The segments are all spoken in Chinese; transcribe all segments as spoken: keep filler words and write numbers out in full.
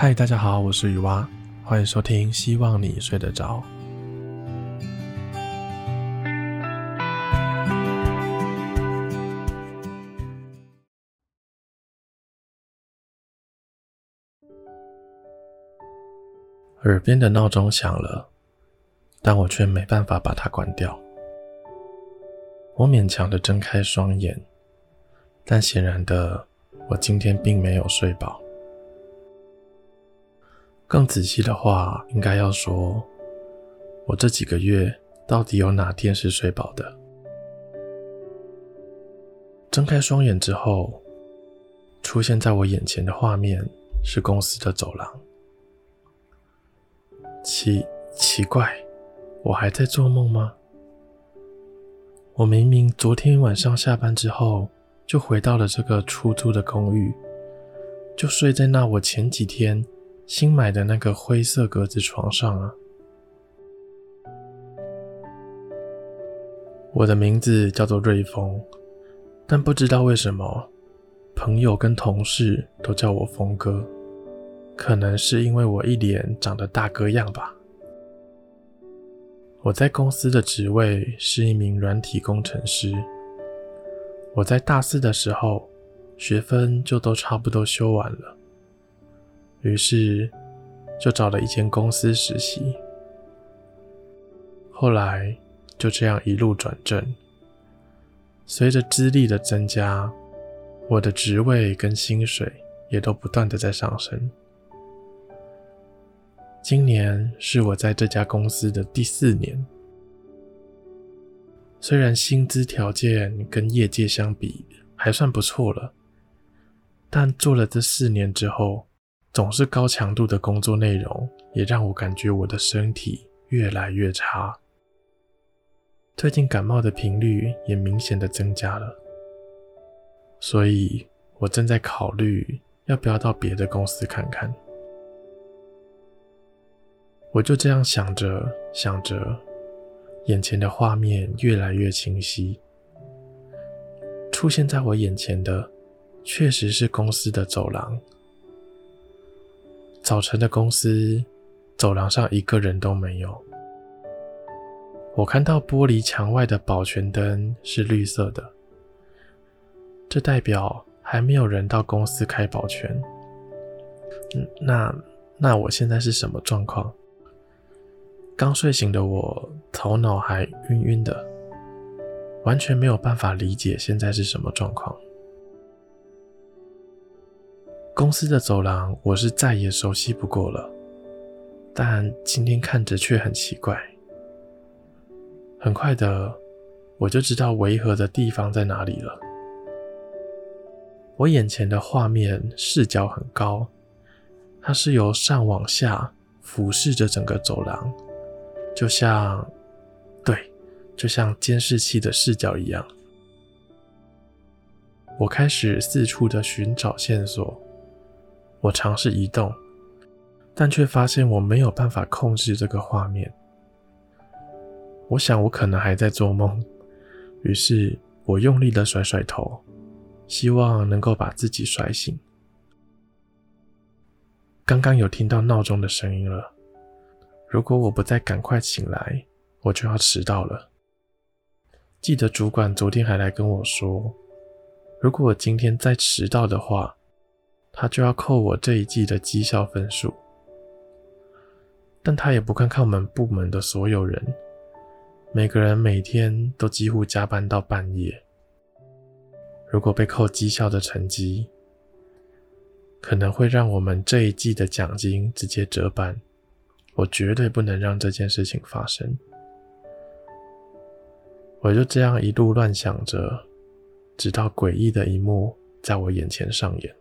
嗨，大家好，我是雨蛙，欢迎收听希望你睡得着。耳边的闹钟响了，但我却没办法把它关掉。我勉强地睁开双眼，但显然的，我今天并没有睡饱。更仔细的话，应该要说，我这几个月到底有哪天是睡饱的？睁开双眼之后，出现在我眼前的画面是公司的走廊。奇奇怪，我还在做梦吗？我明明昨天晚上下班之后就回到了这个出租的公寓，就睡在那我前几天新买的那个灰色格子床上啊。我的名字叫做瑞丰，但不知道为什么，朋友跟同事都叫我峰哥，可能是因为我一脸长得大哥样吧。我在公司的职位是一名软体工程师。我在大四的时候，学分就都差不多修完了，于是就找了一间公司实习。后来就这样一路转正，随着资历的增加，我的职位跟薪水也都不断的在上升。今年是我在这家公司的第四年，虽然薪资条件跟业界相比还算不错了，但做了这四年之后，总是高强度的工作内容也让我感觉我的身体越来越差。最近感冒的频率也明显的增加了，所以我正在考虑要不要到别的公司看看。我就这样想着想着，眼前的画面越来越清晰。出现在我眼前的确实是公司的走廊。早晨的公司走廊上一个人都没有。我看到玻璃墙外的保全灯是绿色的，这代表还没有人到公司开保全。嗯、那那我现在是什么状况？刚睡醒的我头脑还晕晕的，完全没有办法理解现在是什么状况。公司的走廊我是再也熟悉不过了，但今天看着却很奇怪。很快的，我就知道违和的地方在哪里了。我眼前的画面视角很高，它是由上往下俯视着整个走廊，就像，对，就像监视器的视角一样。我开始四处的寻找线索，我尝试移动，但却发现我没有办法控制这个画面。我想我可能还在做梦，于是我用力的甩甩头，希望能够把自己甩醒。刚刚有听到闹钟的声音了，如果我不再赶快醒来，我就要迟到了。记得主管昨天还来跟我说，如果我今天再迟到的话，他就要扣我这一季的绩效分数。但他也不看看我们部门的所有人，每个人每天都几乎加班到半夜。如果被扣绩效的成绩，可能会让我们这一季的奖金直接折半。我绝对不能让这件事情发生。我就这样一路乱想着，直到诡异的一幕在我眼前上演。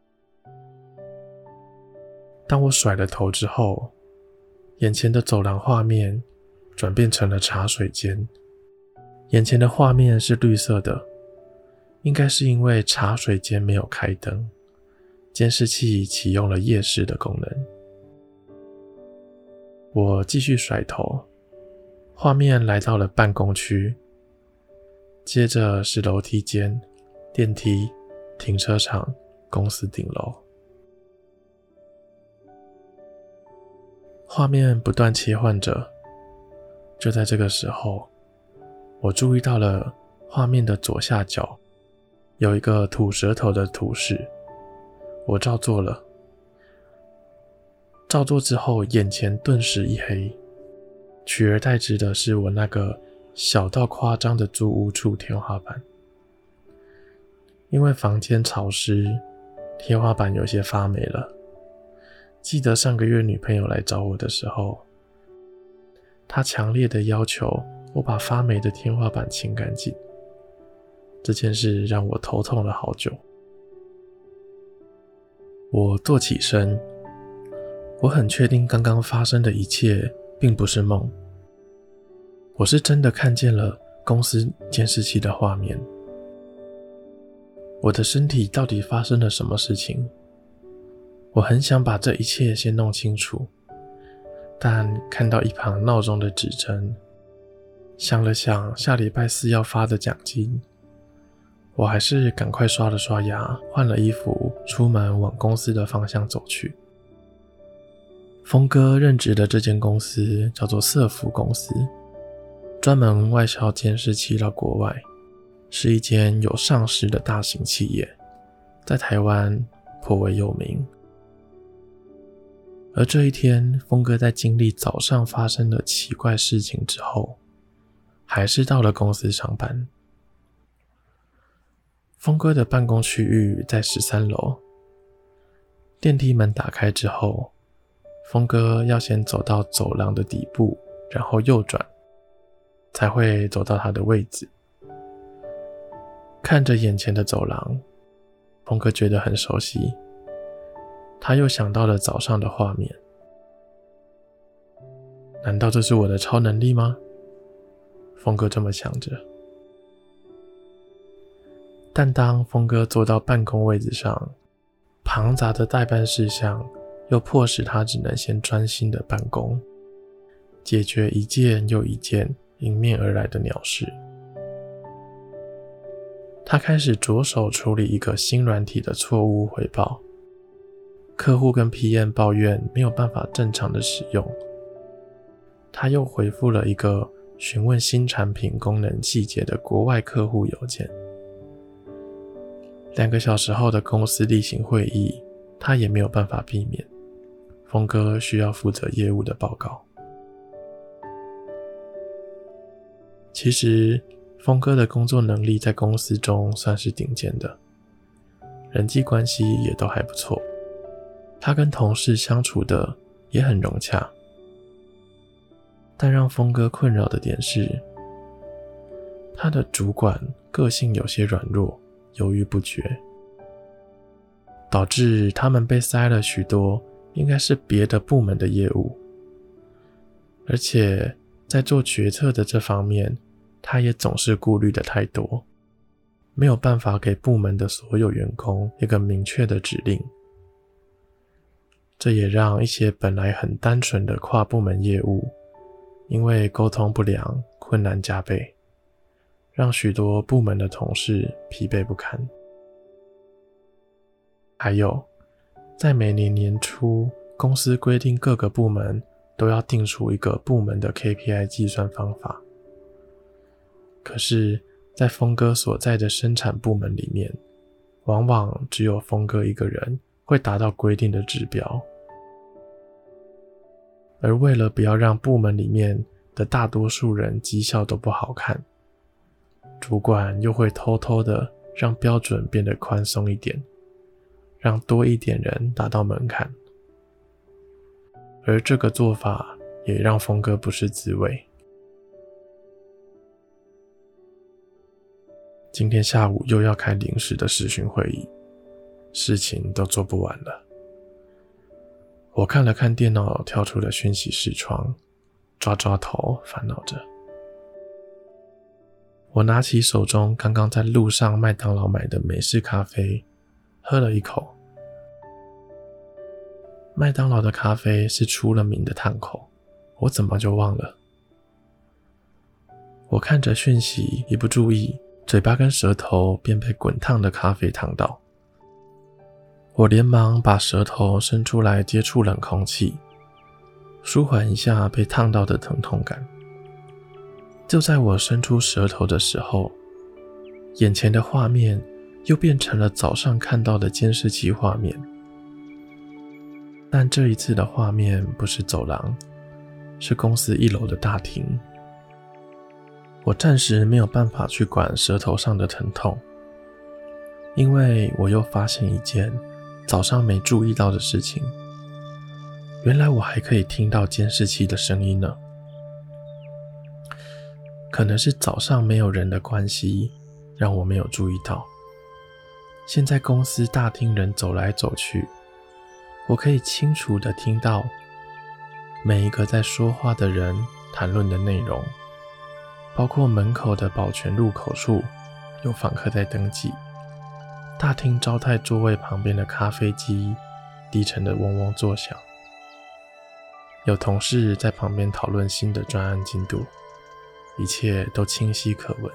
当我甩了头之后，眼前的走廊画面转变成了茶水间。眼前的画面是绿色的，应该是因为茶水间没有开灯，监视器启用了夜视的功能。我继续甩头，画面来到了办公区，接着是楼梯间、电梯、停车场、公司顶楼。 画面不断切换着。就在这个时候，我注意到了画面的左下角有一个吐舌头的图示，我照做了。照做之后，眼前顿时一黑，取而代之的是我那个小到夸张的租屋处天花板。因为房间潮湿，天花板有些发霉了。记得上个月女朋友来找我的时候，她强烈的要求我把发霉的天花板清干净。这件事让我头痛了好久。我坐起身，我很确定刚刚发生的一切并不是梦，我是真的看见了公司监视器的画面。我的身体到底发生了什么事情？我很想把这一切先弄清楚，但看到一旁闹钟的指针，想了想下礼拜四要发的奖金，我还是赶快刷了刷牙，换了衣服，出门往公司的方向走去。峰哥任职的这间公司叫做瑟福公司，专门外销监视器到国外，是一间有上市的大型企业，在台湾颇为有名。而这一天，峰哥在经历早上发生的奇怪事情之后，还是到了公司上班。峰哥的办公区域在十三楼，电梯门打开之后，峰哥要先走到走廊的底部，然后右转，才会走到他的位置。看着眼前的走廊，峰哥觉得很熟悉，他又想到了早上的画面。难道这是我的超能力吗？峰哥这么想着。但当峰哥坐到办公位置上，庞杂的代办事项又迫使他只能先专心的办公，解决一件又一件迎面而来的鸟事。他开始着手处理一个新软体的错误回报，客户跟 P M 抱怨没有办法正常的使用，他又回复了一个询问新产品功能细节的国外客户邮件。两个小时后的公司例行会议，他也没有办法避免，峰哥需要负责业务的报告。其实峰哥的工作能力在公司中算是顶尖的，人际关系也都还不错，他跟同事相处的也很融洽。但让峰哥困扰的点是，他的主管个性有些软弱，犹豫不决，导致他们被塞了许多应该是别的部门的业务，而且在做决策的这方面，他也总是顾虑的太多，没有办法给部门的所有员工一个明确的指令。这也让一些本来很单纯的跨部门业务，因为沟通不良，困难加倍，让许多部门的同事疲惫不堪。还有，在每年年初，公司规定各个部门都要定出一个部门的 K P I 计算方法。可是，在峰哥所在的生产部门里面，往往只有峰哥一个人会达到规定的指标。而为了不要让部门里面的大多数人绩效都不好看，主管又会偷偷的让标准变得宽松一点，让多一点人达到门槛。而这个做法也让峰哥不是滋味。今天下午又要开临时的视讯会议，事情都做不完了。我看了看电脑跳出的讯息视窗，抓抓头，烦恼着。我拿起手中刚刚在路上麦当劳买的美式咖啡，喝了一口。麦当劳的咖啡是出了名的烫口，我怎么就忘了？我看着讯息，一不注意，嘴巴跟舌头便被滚烫的咖啡烫到。我连忙把舌头伸出来接触冷空气， 舒缓一下被烫到的疼痛感。就在我伸出舌头的时候，眼前的画面又变成了早上看到的监视器画面。但这一次的画面不是走廊，是公司一楼的大厅。我暂时没有办法去管舌头上的疼痛，因为我又发现一件早上没注意到的事情。原来我还可以听到监视器的声音呢。可能是早上没有人的关系，让我没有注意到。现在公司大厅人走来走去，我可以清楚地听到每一个在说话的人谈论的内容，包括门口的保全入口处有访客在登记，大厅招待座位旁边的咖啡机低沉的嗡嗡作响，有同事在旁边讨论新的专案进度，一切都清晰可闻。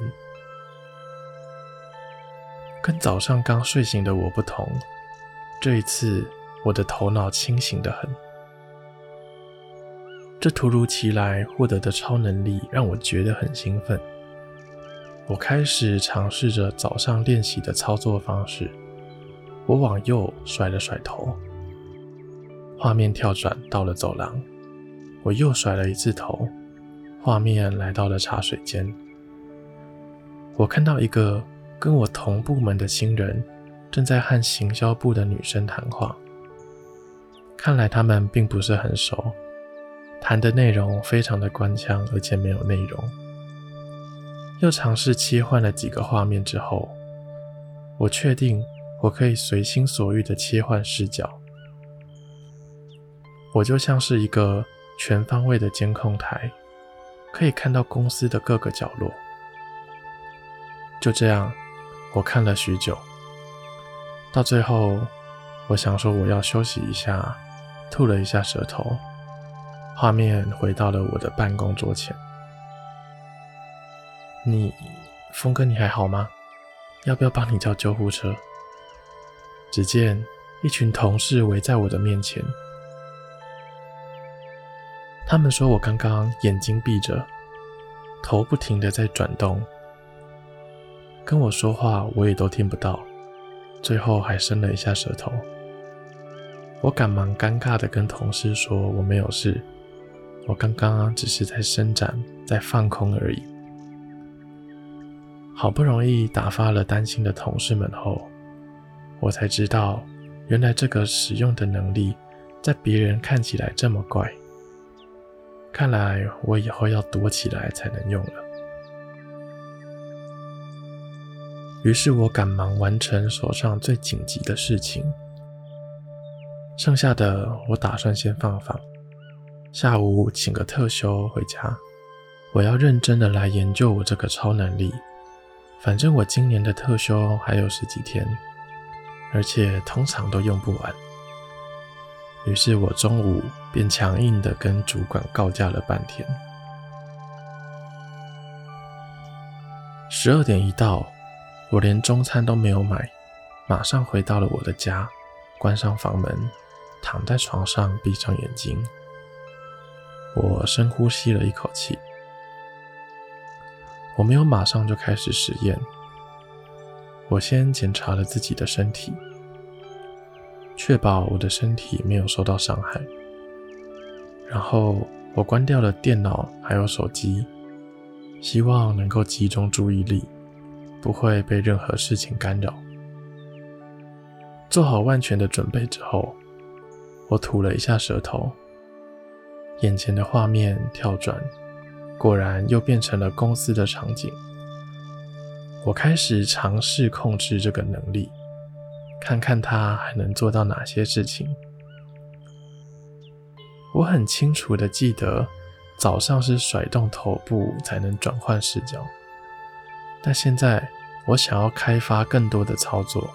跟早上刚睡醒的我不同，这一次我的头脑清醒得很。这突如其来获得的超能力让我觉得很兴奋。我开始尝试着早上练习的操作方式。我往右甩了甩头，画面跳转到了走廊。我又甩了一次头，画面来到了茶水间。我看到一个跟我同部门的新人正在和行销部的女生谈话，看来他们并不是很熟，谈的内容非常的官腔，而且没有内容。又尝试切换了几个画面之后，我确定我可以随心所欲的切换视角。我就像是一个全方位的监控台，可以看到公司的各个角落。就这样，我看了许久，到最后，我想说我要休息一下，吐了一下舌头，画面回到了我的办公桌前。你，峰哥，你还好吗？要不要帮你叫救护车？只见一群同事围在我的面前，他们说我刚刚眼睛闭着，头不停地在转动，跟我说话我也都听不到，最后还伸了一下舌头。我赶忙尴尬地跟同事说我没有事，我刚刚只是在伸展，在放空而已。好不容易打发了担心的同事们后，我才知道原来这个使用的能力在别人看起来这么怪，看来我以后要躲起来才能用了。于是我赶忙完成手上最紧急的事情，剩下的我打算先放放，下午请个特休回家。我要认真的来研究我这个超能力，反正我今年的特休还有十几天，而且通常都用不完。于是我中午便强硬的跟主管告假了半天。十二点一到，我连中餐都没有买，马上回到了我的家，关上房门，躺在床上闭上眼睛。我深呼吸了一口气。我没有马上就开始实验，我先检查了自己的身体，确保我的身体没有受到伤害。然后我关掉了电脑还有手机，希望能够集中注意力，不会被任何事情干扰。做好万全的准备之后，我吐了一下舌头，眼前的画面跳转，果然又变成了公司的场景。我开始尝试控制这个能力，看看它还能做到哪些事情。我很清楚地记得，早上是甩动头部才能转换视角，但现在我想要开发更多的操作。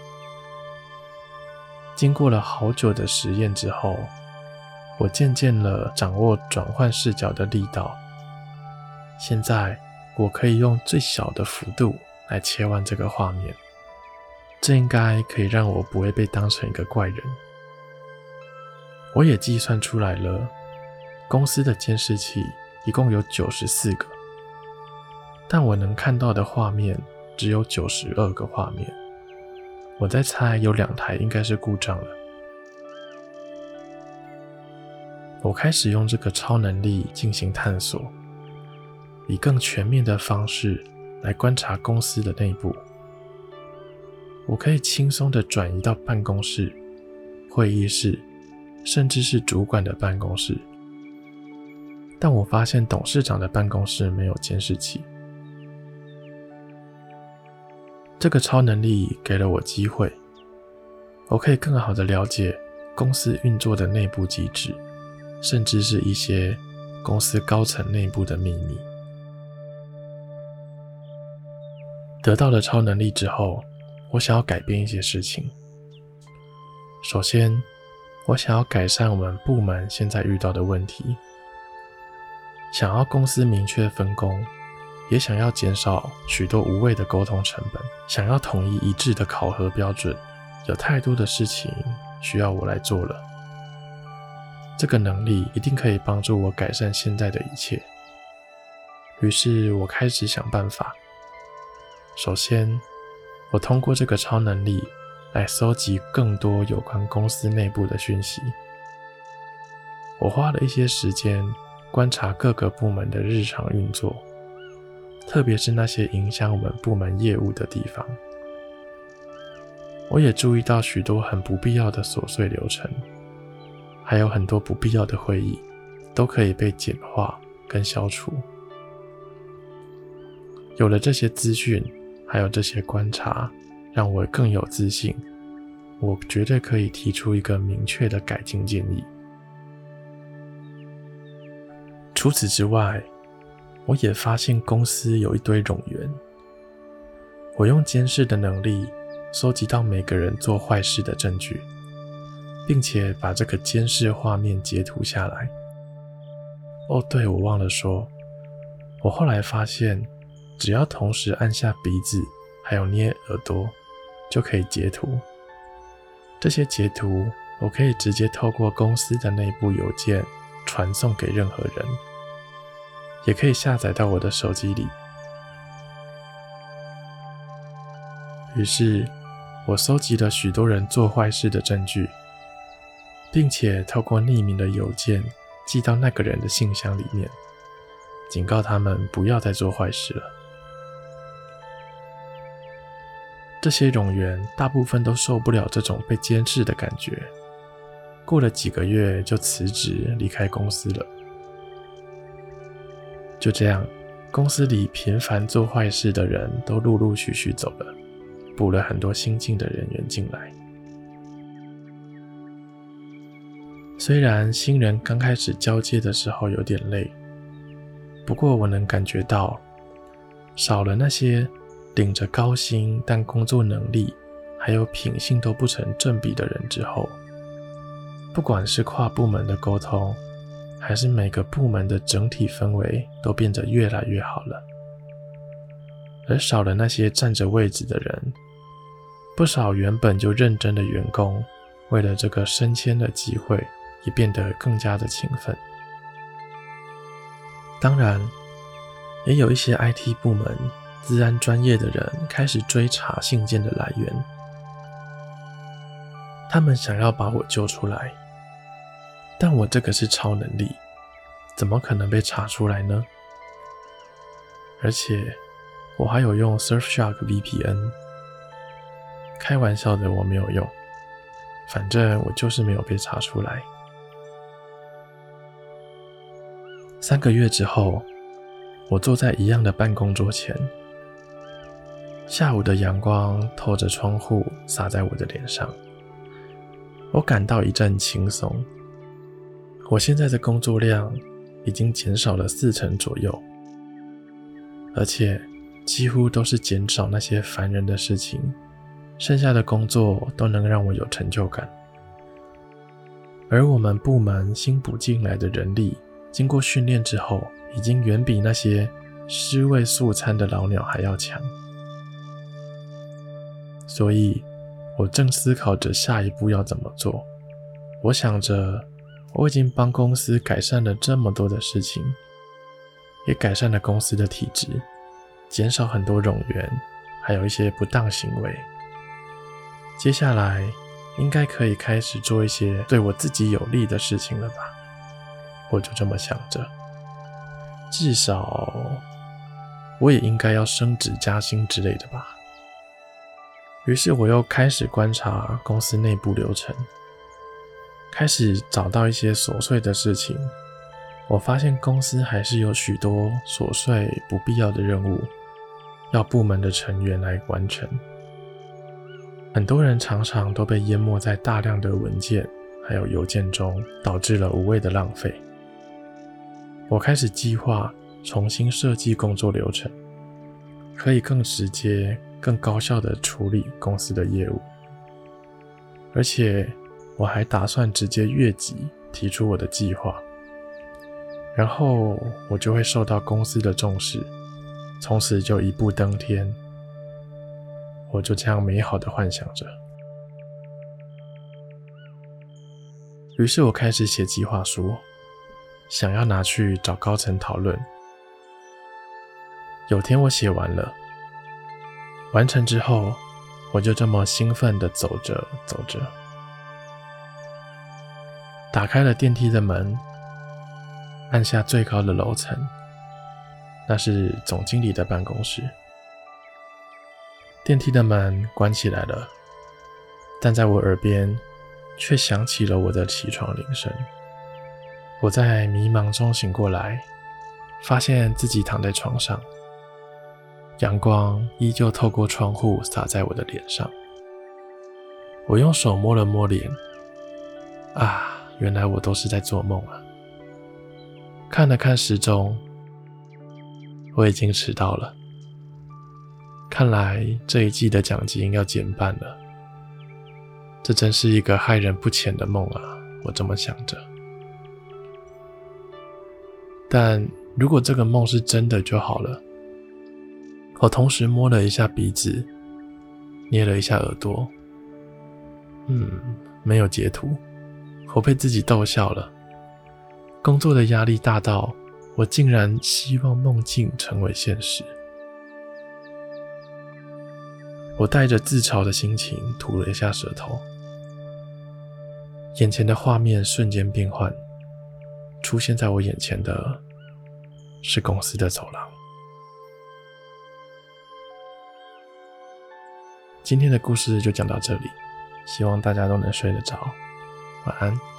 经过了好久的实验之后，我渐渐地掌握转换视角的力道。现在我可以用最小的幅度来切换这个画面，这应该可以让我不会被当成一个怪人。我也计算出来了， 公司的监视器一共有九十四个，但我能看到的画面只有九十二个画面。我在猜有两台应该是故障了。我开始用这个超能力进行探索，以更全面的方式来观察公司的内部。我可以轻松地转移到办公室、会议室，甚至是主管的办公室。但我发现董事长的办公室没有监视器。这个超能力给了我机会，我可以更好地了解公司运作的内部机制，甚至是一些公司高层内部的秘密。得到了超能力之后，我想要改变一些事情。首先，我想要改善我们部门现在遇到的问题，想要公司明确分工，也想要减少许多无谓的沟通成本，想要统一一致的考核标准。有太多的事情需要我来做了。这个能力一定可以帮助我改善现在的一切。于是我开始想办法。首先，我通过这个超能力来搜集更多有关公司内部的讯息。我花了一些时间观察各个部门的日常运作，特别是那些影响我们部门业务的地方。我也注意到许多很不必要的琐碎流程，还有很多不必要的会议都可以被简化跟消除。有了这些资讯，还有这些观察，让我更有自信，我绝对可以提出一个明确的改进建议。除此之外，我也发现公司有一堆冗员。我用监视的能力收集到每个人做坏事的证据，并且把这个监视画面截图下来。哦，对，我忘了说，我后来发现只要同时按下鼻子还有捏耳朵就可以截图。这些截图我可以直接透过公司的内部邮件传送给任何人，也可以下载到我的手机里。于是我收集了许多人做坏事的证据，并且透过匿名的邮件寄到那个人的信箱里面，警告他们不要再做坏事了。这些冗员大部分都受不了这种被监视的感觉，过了几个月就辞职离开公司了。就这样，公司里频繁做坏事的人都陆陆续续走了，补了很多新进的人员进来。虽然新人刚开始交接的时候有点累，不过我能感觉到，少了那些领着高薪但工作能力还有品性都不成正比的人之后，不管是跨部门的沟通，还是每个部门的整体氛围都变得越来越好了。而少了那些占着位置的人，不少原本就认真的员工，为了这个升迁的机会，也变得更加的勤奋。当然，也有一些 I T 部门资安专业的人开始追查信件的来源，他们想要把我救出来，但我这个是超能力，怎么可能被查出来呢？而且我还有用 Surfshark V P N， 开玩笑的，我没有用，反正我就是没有被查出来。三个月之后，我坐在一样的办公桌前，下午的阳光透着窗户洒在我的脸上，我感到一阵轻松。我现在的工作量已经减少了四成左右，而且几乎都是减少那些烦人的事情，剩下的工作都能让我有成就感。而我们部门新补进来的人力，经过训练之后，已经远比那些尸位素餐的老鸟还要强。所以我正思考着下一步要怎么做。我想着， 我已经帮公司改善了这么多的事情，也改善了公司的体制，减少很多冗员，还有一些不当行为。接下来应该可以开始做一些对我自己有利的事情了吧，我就这么想着。至少我也应该要升职加薪之类的吧。于是我又开始观察公司内部流程，开始找到一些琐碎的事情。我发现公司还是有许多琐碎不必要的任务要部门的成员来完成，很多人常常都被淹没在大量的文件还有邮件中，导致了无谓的浪费。我开始计划重新设计工作流程，可以更直接更高效地处理公司的业务。而且我还打算直接越级提出我的计划，然后我就会受到公司的重视，从此就一步登天。我就这样美好的幻想着。于是我开始写计划书，想要拿去找高层讨论。有天我写完了，完成之后，我就这么兴奋地走着走着，打开了电梯的门，按下最高的楼层，那是总经理的办公室。电梯的门关起来了，但在我耳边却响起了我的起床铃声。我在迷茫中醒过来，发现自己躺在床上，阳光依旧透过窗户洒在我的脸上。我用手摸了摸脸，啊，原来我都是在做梦啊。看了看时钟，我已经迟到了。看来这一季的奖金要减半了，这真是一个害人不浅的梦啊，我这么想着。但如果这个梦是真的就好了。我同时摸了一下鼻子，捏了一下耳朵，嗯，没有截图，我被自己逗笑了。工作的压力大到我竟然希望梦境成为现实。我带着自嘲的心情吐了一下舌头，眼前的画面瞬间变换，出现在我眼前的是公司的走廊。今天的故事就讲到这里，希望大家都能睡得着，晚安。